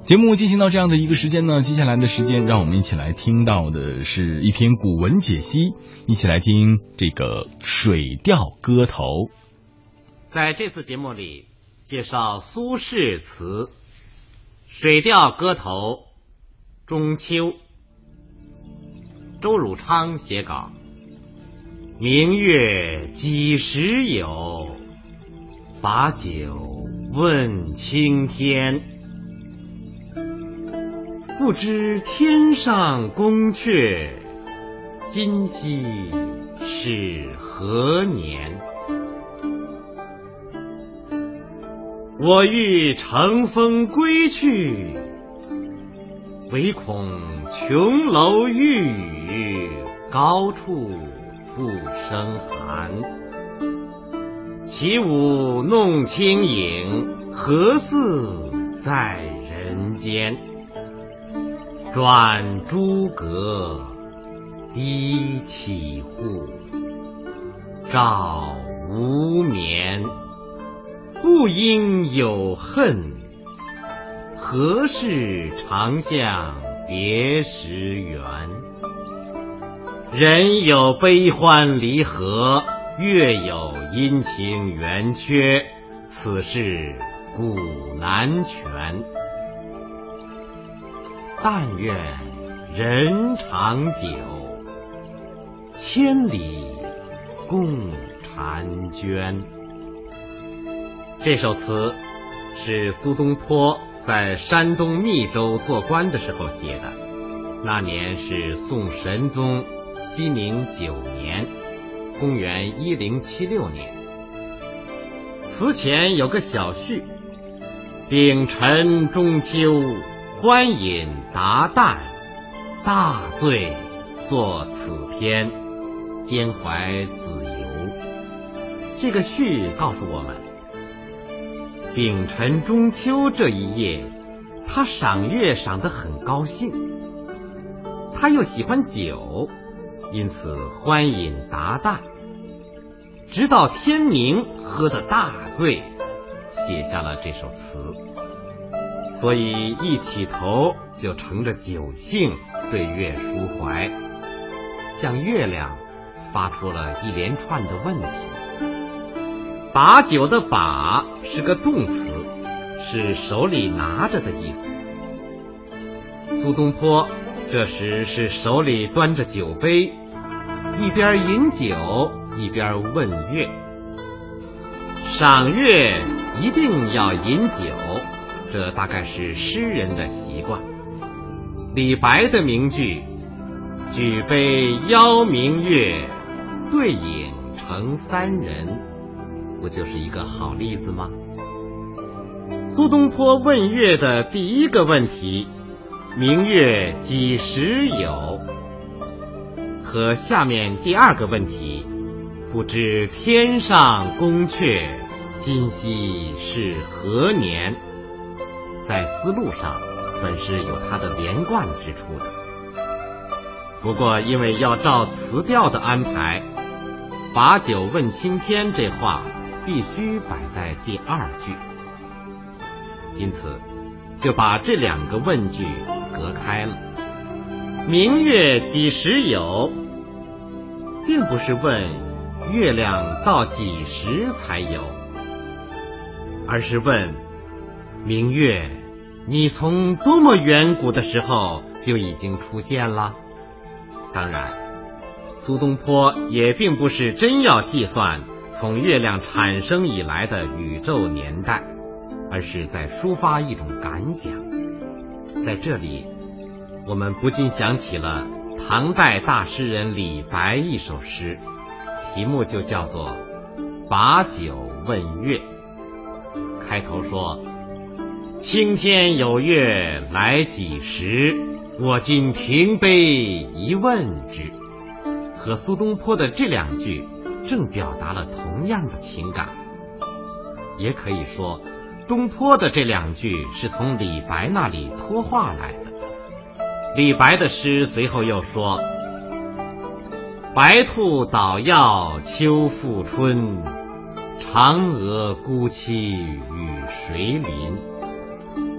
节目进行到这样的一个时间呢，接下来的时间让我们一起来听到的是一篇古文解析，一起来听这个《水调歌头》。 在这次节目里介绍苏轼词《水调歌头》中秋。周汝昌写稿。明月几时有？把酒问青天。不知天上宫阙，今夕是何年？我欲乘风归去，唯恐琼楼玉宇，高处不胜寒。起舞弄清影，何似在人间？转朱阁，低绮户，照无眠。不应有恨，何事长向别时圆？人有悲欢离合，月有阴晴圆缺，此事古难全。但愿人长久，千里共婵娟。这首词是苏东坡在山东密州做官的时候写的，那年是宋神宗熙宁9年，公元1076年。词前有个小序：丙辰中秋，欢饮达旦，大醉作此篇，兼怀子由。这个序告诉我们，丙辰中秋这一夜，他赏月赏得很高兴，他又喜欢酒，因此欢饮达旦，直到天明喝得大醉，写下了这首词。所以一起头就乘着酒兴对月抒怀，向月亮发出了一连串的问题。把酒的把是个动词，是手里拿着的意思。苏东坡这时是手里端着酒杯，一边饮酒一边问月。赏月一定要饮酒，这大概是诗人的习惯。李白的名句“举杯邀明月，对影成三人”，不就是一个好例子吗？苏东坡问月的第一个问题“明月几时有”，和下面第二个问题“不知天上宫阙，今夕是何年”，在思路上本是有它的连贯之处的。不过因为要照词调的安排，把酒问青天这话必须摆在第二句，因此就把这两个问句隔开了。明月几时有，并不是问月亮到几时才有，而是问明月，你从多么远古的时候就已经出现了？当然，苏东坡也并不是真要计算从月亮产生以来的宇宙年代，而是在抒发一种感想。在这里，我们不禁想起了唐代大诗人李白一首诗，题目就叫做《把酒问月》。开头说：青天有月来几时，我今停杯一问之。和苏东坡的这两句正表达了同样的情感。也可以说，东坡的这两句是从李白那里托话来的。李白的诗随后又说：白兔捣药秋复春，嫦娥孤栖与谁邻。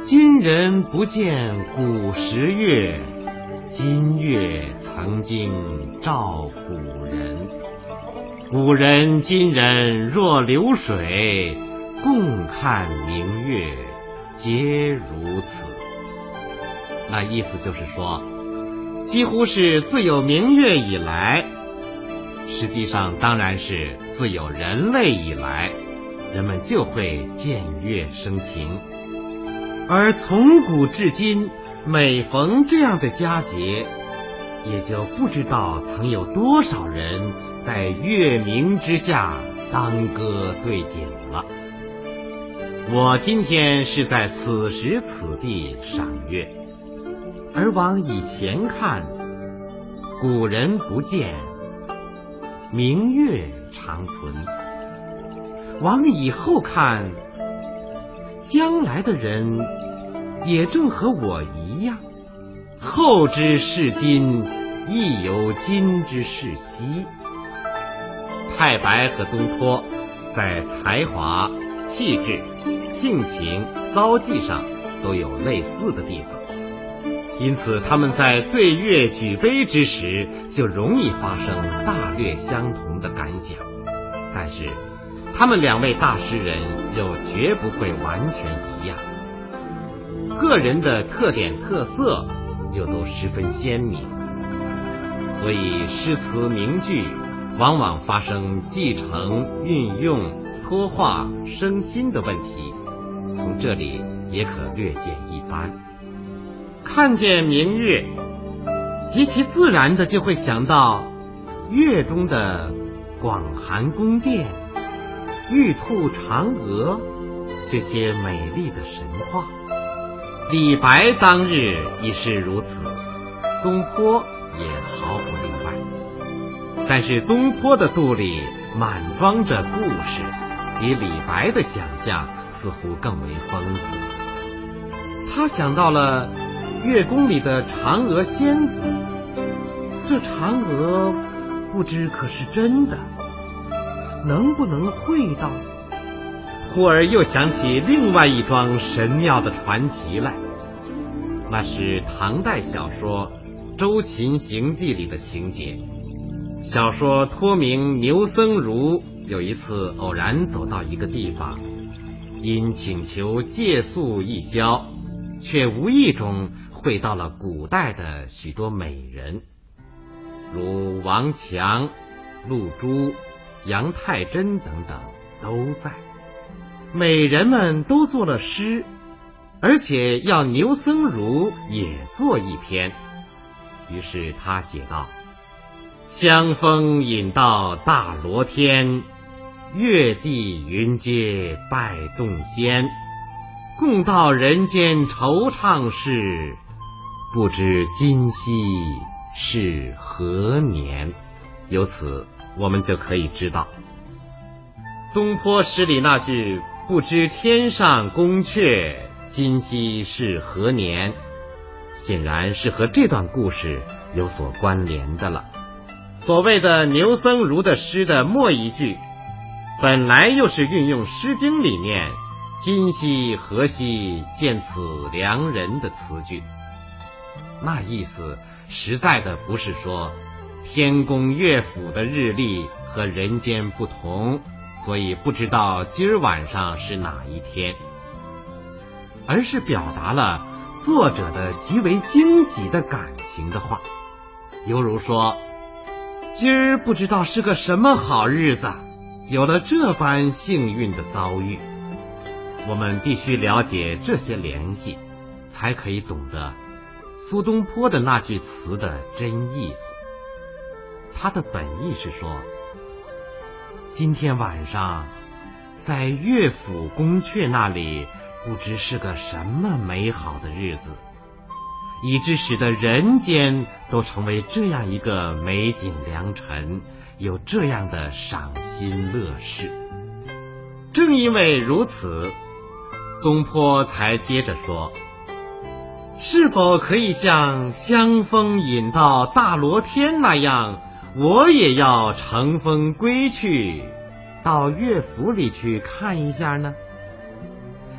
今人不见古时月，今月曾经照古人。古人今人若流水，共看明月皆如此。那意思就是说，几乎是自有明月以来，实际上当然是自有人类以来，人们就会见月生情。而从古至今，每逢这样的佳节，也就不知道曾有多少人在月明之下当歌对景了。我今天是在此时此地赏月，而往以前看，古人不见，明月长存；往以后看，将来的人也正和我一样，后之视今，亦犹今之视昔。太白和东坡在才华、气质、性情、遭际上都有类似的地方，因此他们在对月举杯之时，就容易发生大略相同的感想。但是他们两位大诗人又绝不会完全一样，个人的特点特色又都十分鲜明，所以诗词名句往往发生继承、运用、托化、生新的问题，从这里也可略见一斑。看见明月，极其自然的就会想到月中的广寒宫殿、玉兔嫦娥这些美丽的神话。李白当日已是如此，东坡也毫不例外。但是东坡的肚里满装着故事，比李白的想象似乎更为丰富。他想到了月宫里的嫦娥仙子，这嫦娥不知可是真的，能不能会道？忽而又想起另外一桩神妙的传奇来，那是唐代小说《周秦行记》里的情节。小说托名牛僧孺有一次偶然走到一个地方，因请求借宿一宵，却无意中会到了古代的许多美人，如王强、陆珠、杨太真等等都在。美人们都作了诗，而且要牛僧孺也作一篇。于是他写道：香风引到大罗天，月地云阶拜洞仙，共到人间惆怅事，不知今夕是何年。由此我们就可以知道，东坡诗里那句不知天上宫阙，今夕是何年，显然是和这段故事有所关联的了。所谓的牛僧孺的诗的末一句，本来又是运用《诗经》里面今夕何夕见此良人的词句，那意思实在的不是说天宫乐府的日历和人间不同，所以不知道今儿晚上是哪一天，而是表达了作者的极为惊喜的感情的话，犹如说今儿不知道是个什么好日子，有了这般幸运的遭遇。我们必须了解这些联系，才可以懂得苏东坡的那句词的真意思。他的本意是说，今天晚上在乐府宫阙那里，不知是个什么美好的日子，以致使得人间都成为这样一个美景良辰，有这样的赏心乐事。正因为如此，东坡才接着说，是否可以像香风引到大罗天那样，我也要乘风归去，到乐府里去看一下呢？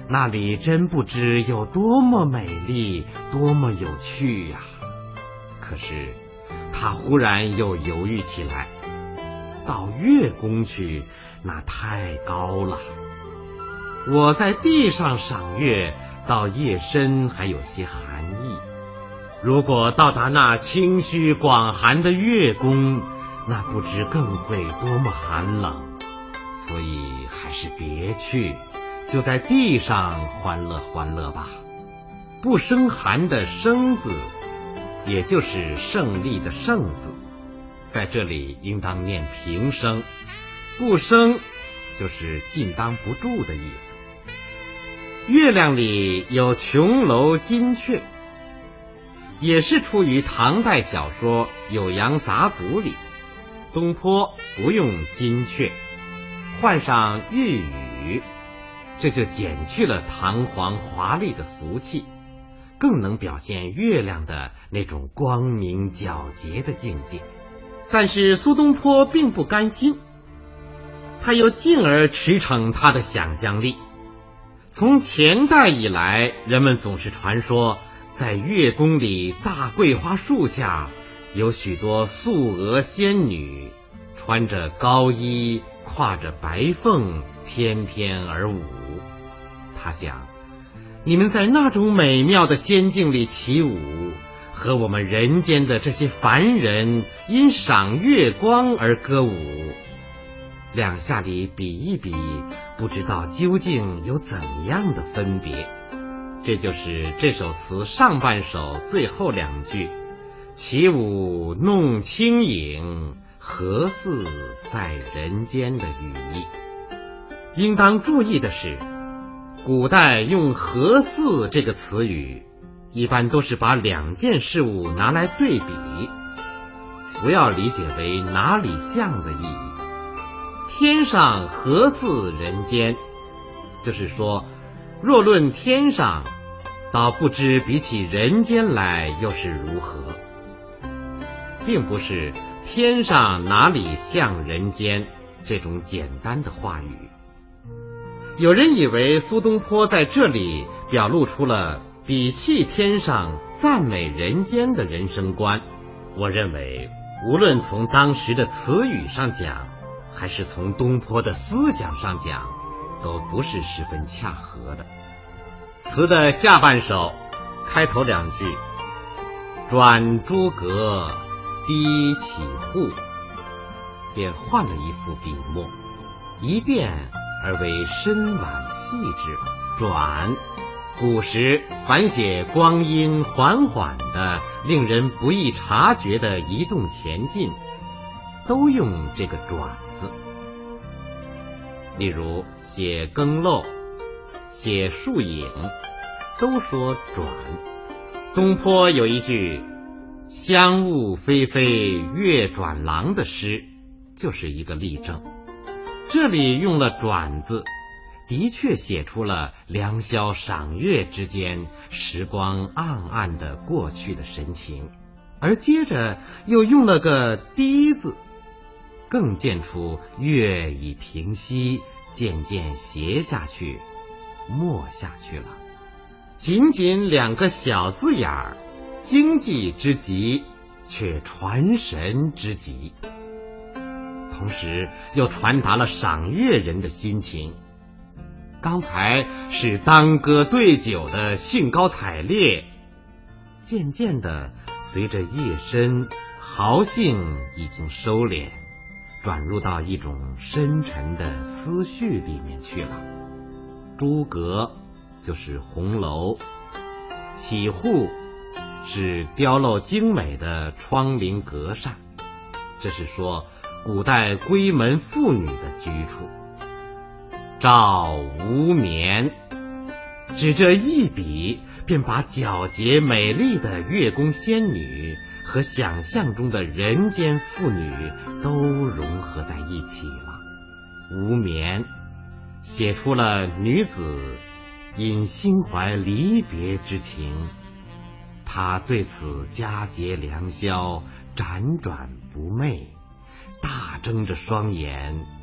那里真不知有多么美丽，多么有趣呀。可是他忽然又犹豫起来，到月宫去，那太高了。我在地上赏月，到夜深还有些寒意。如果到达那清虚广寒的月宫，那不知更会多么寒冷。所以还是别去，就在地上欢乐欢乐吧。不生寒的生字，也就是胜利的胜字，在这里应当念平声，不生就是尽当不住的意思。月亮里有琼楼金阙，也是出于唐代小说《酉阳杂俎》里。东坡不用金阙，换上玉宇，这就减去了堂皇华丽的俗气，更能表现月亮的那种光明皎洁的境界。但是苏东坡并不甘心，他又进而驰骋他的想象力。从前代以来，人们总是传说在月宫里大桂花树下有许多素娥仙女，穿着高衣，挎着白凤，翩翩而舞。他想，你们在那种美妙的仙境里起舞，和我们人间的这些凡人因赏月光而歌舞，两下里比一比，不知道究竟有怎样的分别。这就是这首词上半首最后两句，起舞弄清影，何似在人间的语意。应当注意的是，古代用何似这个词语，一般都是把两件事物拿来对比，不要理解为哪里像的意义。天上何似人间，就是说若论天上，倒不知比起人间来又是如何，并不是天上哪里像人间这种简单的话语。有人以为苏东坡在这里表露出了比弃天上赞美人间的人生观，我认为无论从当时的词语上讲，还是从东坡的思想上讲，都不是十分恰合的。词的下半首开头两句，转朱阁，低绮户，便换了一副笔墨，一变而为深婉细致。转，古时凡写光阴缓缓的，令人不易察觉的移动前进，都用这个转字。例如写更漏，写树影，都说转。东坡有一句香雾霏霏月转廊的诗，就是一个例证。这里用了转字，的确写出了良宵赏月之间时光暗暗的过去的神情，而接着又用了个低字，更见出月已平息，渐渐斜下去，没下去了。仅仅两个小字眼儿，经济之极，却传神之极，同时又传达了赏月人的心情。刚才是当歌对酒的兴高采烈，渐渐的随着夜深，豪兴已经收敛，转入到一种深沉的思绪里面去了。朱阁就是红楼，绮户是雕镂精美的窗棂格扇，这是说古代闺门妇女的居处。照无眠，只这一笔，便把皎洁美丽的月宫仙女和想象中的人间妇女都融合在一起了。无眠写出了女子因心怀离别之情，她对此佳节良宵辗转不寐，大睁着双眼，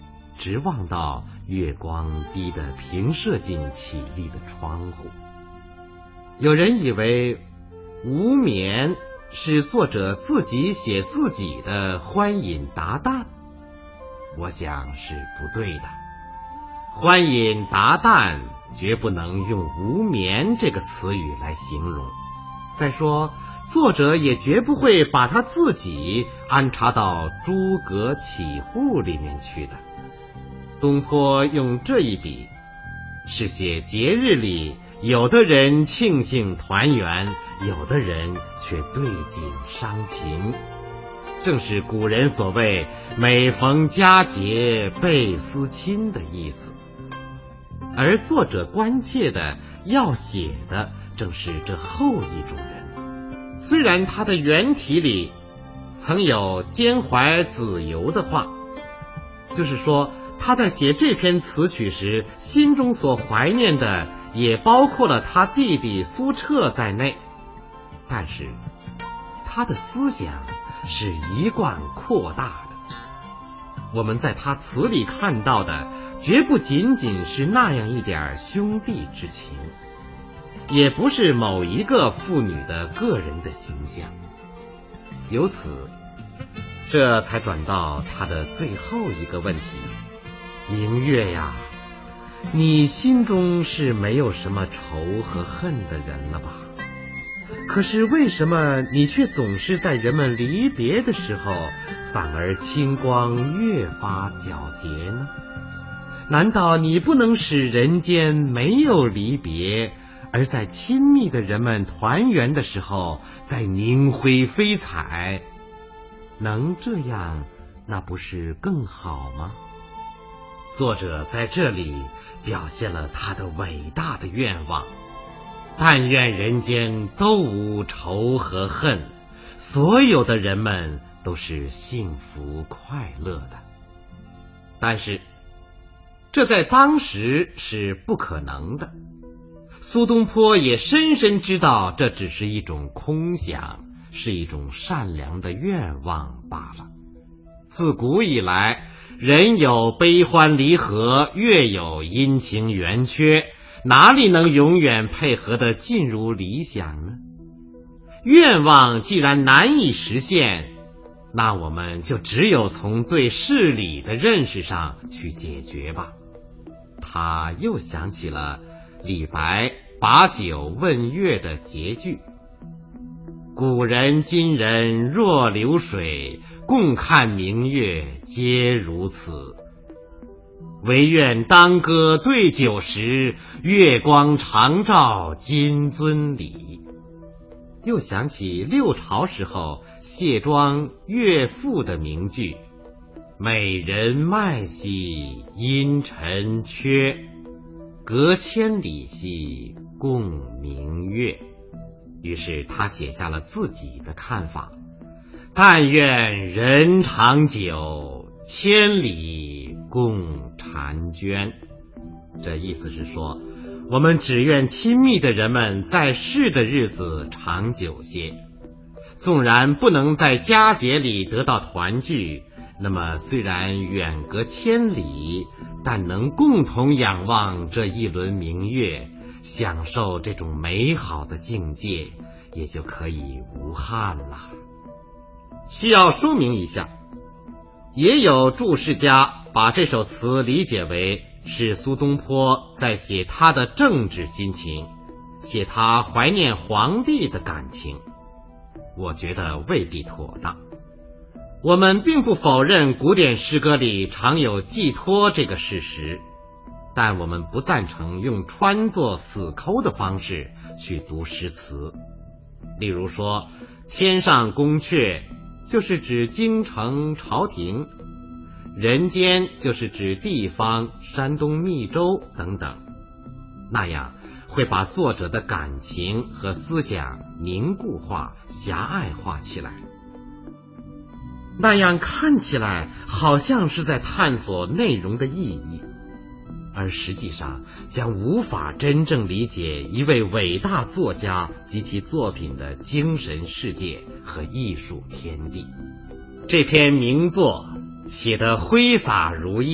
直望到月光逼得平射进绮丽的窗户。有人以为无眠是作者自己写自己的欢饮达旦，我想是不对的。欢饮达旦绝不能用无眠这个词语来形容。再说，作者也绝不会把他自己安插到诸葛启户里面去的。东坡用这一笔，是写节日里有的人庆幸团圆，有的人却对景伤情，正是古人所谓每逢佳节倍思亲的意思。而作者关切的要写的正是这后一种人。虽然他的原题里曾有兼怀子由的话，就是说他在写这篇词曲时，心中所怀念的也包括了他弟弟苏辙在内，但是他的思想是一贯扩大的。我们在他词里看到的绝不仅仅是那样一点兄弟之情，也不是某一个妇女的个人的形象。由此，这才转到他的最后一个问题：明月呀，你心中是没有什么仇和恨的人了吧？可是为什么你却总是在人们离别的时候，反而清光越发皎洁呢？难道你不能使人间没有离别，而在亲密的人们团圆的时候再凝辉飞彩？能这样，那不是更好吗？作者在这里表现了他的伟大的愿望，但愿人间都无仇和恨，所有的人们都是幸福快乐的。但是这在当时是不可能的。苏东坡也深深知道这只是一种空想，是一种善良的愿望罢了。自古以来，人有悲欢离合，月有阴晴圆缺，哪里能永远配合得尽如理想呢？愿望既然难以实现，那我们就只有从对事理的认识上去解决吧。他又想起了李白把酒问月的结句：古人今人若流水，共看明月皆如此。唯愿当歌对酒时，月光长照金樽里。又想起六朝时候谢庄岳父的名句：美人脉兮因尘缺，隔千里兮共明月。于是他写下了自己的看法：但愿人长久，千里共婵娟。这意思是说，我们只愿亲密的人们在世的日子长久些，纵然不能在佳节里得到团聚，那么虽然远隔千里，但能共同仰望这一轮明月，享受这种美好的境界，也就可以无憾了。需要说明一下，也有注释家把这首词理解为是苏东坡在写他的政治心情，写他怀念皇帝的感情。我觉得未必妥当。我们并不否认古典诗歌里常有寄托这个事实，但我们不赞成用穿作死抠的方式去读诗词。例如说，天上宫阙就是指京城朝廷，人间就是指地方山东密州等等，那样会把作者的感情和思想凝固化、狭隘化起来，那样看起来好像是在探索内容的意义，而实际上将无法真正理解一位伟大作家及其作品的精神世界和艺术天地。这篇名作写得挥洒如意，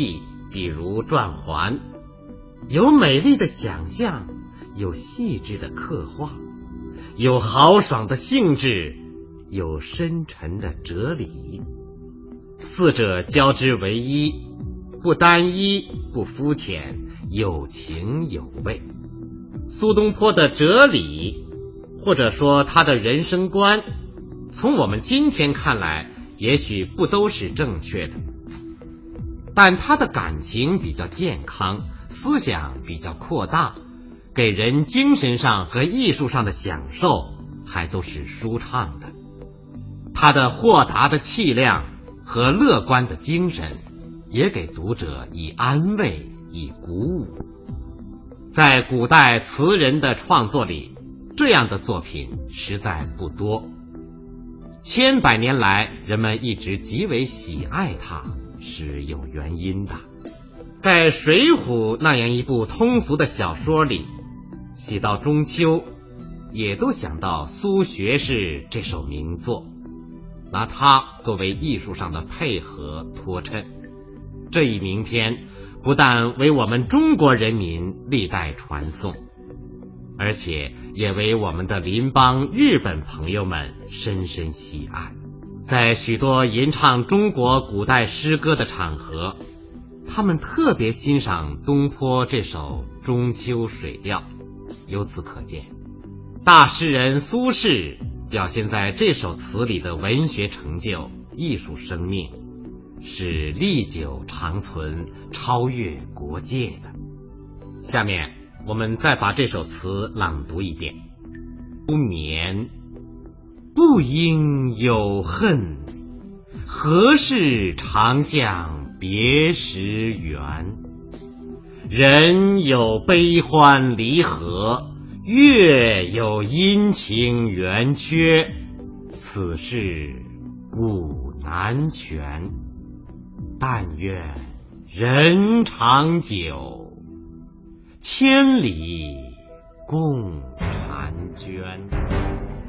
比如转环，有美丽的想象，有细致的刻画，有豪爽的兴致，有深沉的哲理，四者交织为一，不单一，不肤浅，有情有味。苏东坡的哲理，或者说他的人生观，从我们今天看来也许不都是正确的，但他的感情比较健康，思想比较扩大，给人精神上和艺术上的享受还都是舒畅的。他的豁达的气量和乐观的精神也给读者以安慰，以鼓舞。在古代词人的创作里，这样的作品实在不多，千百年来人们一直极为喜爱它，是有原因的。在《水浒》那样一部通俗的小说里，写到中秋，也都想到苏学士这首名作，拿它作为艺术上的配合托衬。这一名篇不但为我们中国人民历代传颂，而且也为我们的邻邦日本朋友们深深喜爱。在许多吟唱中国古代诗歌的场合，他们特别欣赏东坡这首《中秋水调》。由此可见，大诗人苏轼表现在这首词里的文学成就、艺术生命，是历久长存、超越国界的。下面我们再把这首词朗读一遍。不眠，不应有恨，何事长向别时圆？人有悲欢离合，月有阴晴圆缺，此事古难全。但愿人长久，千里共婵娟。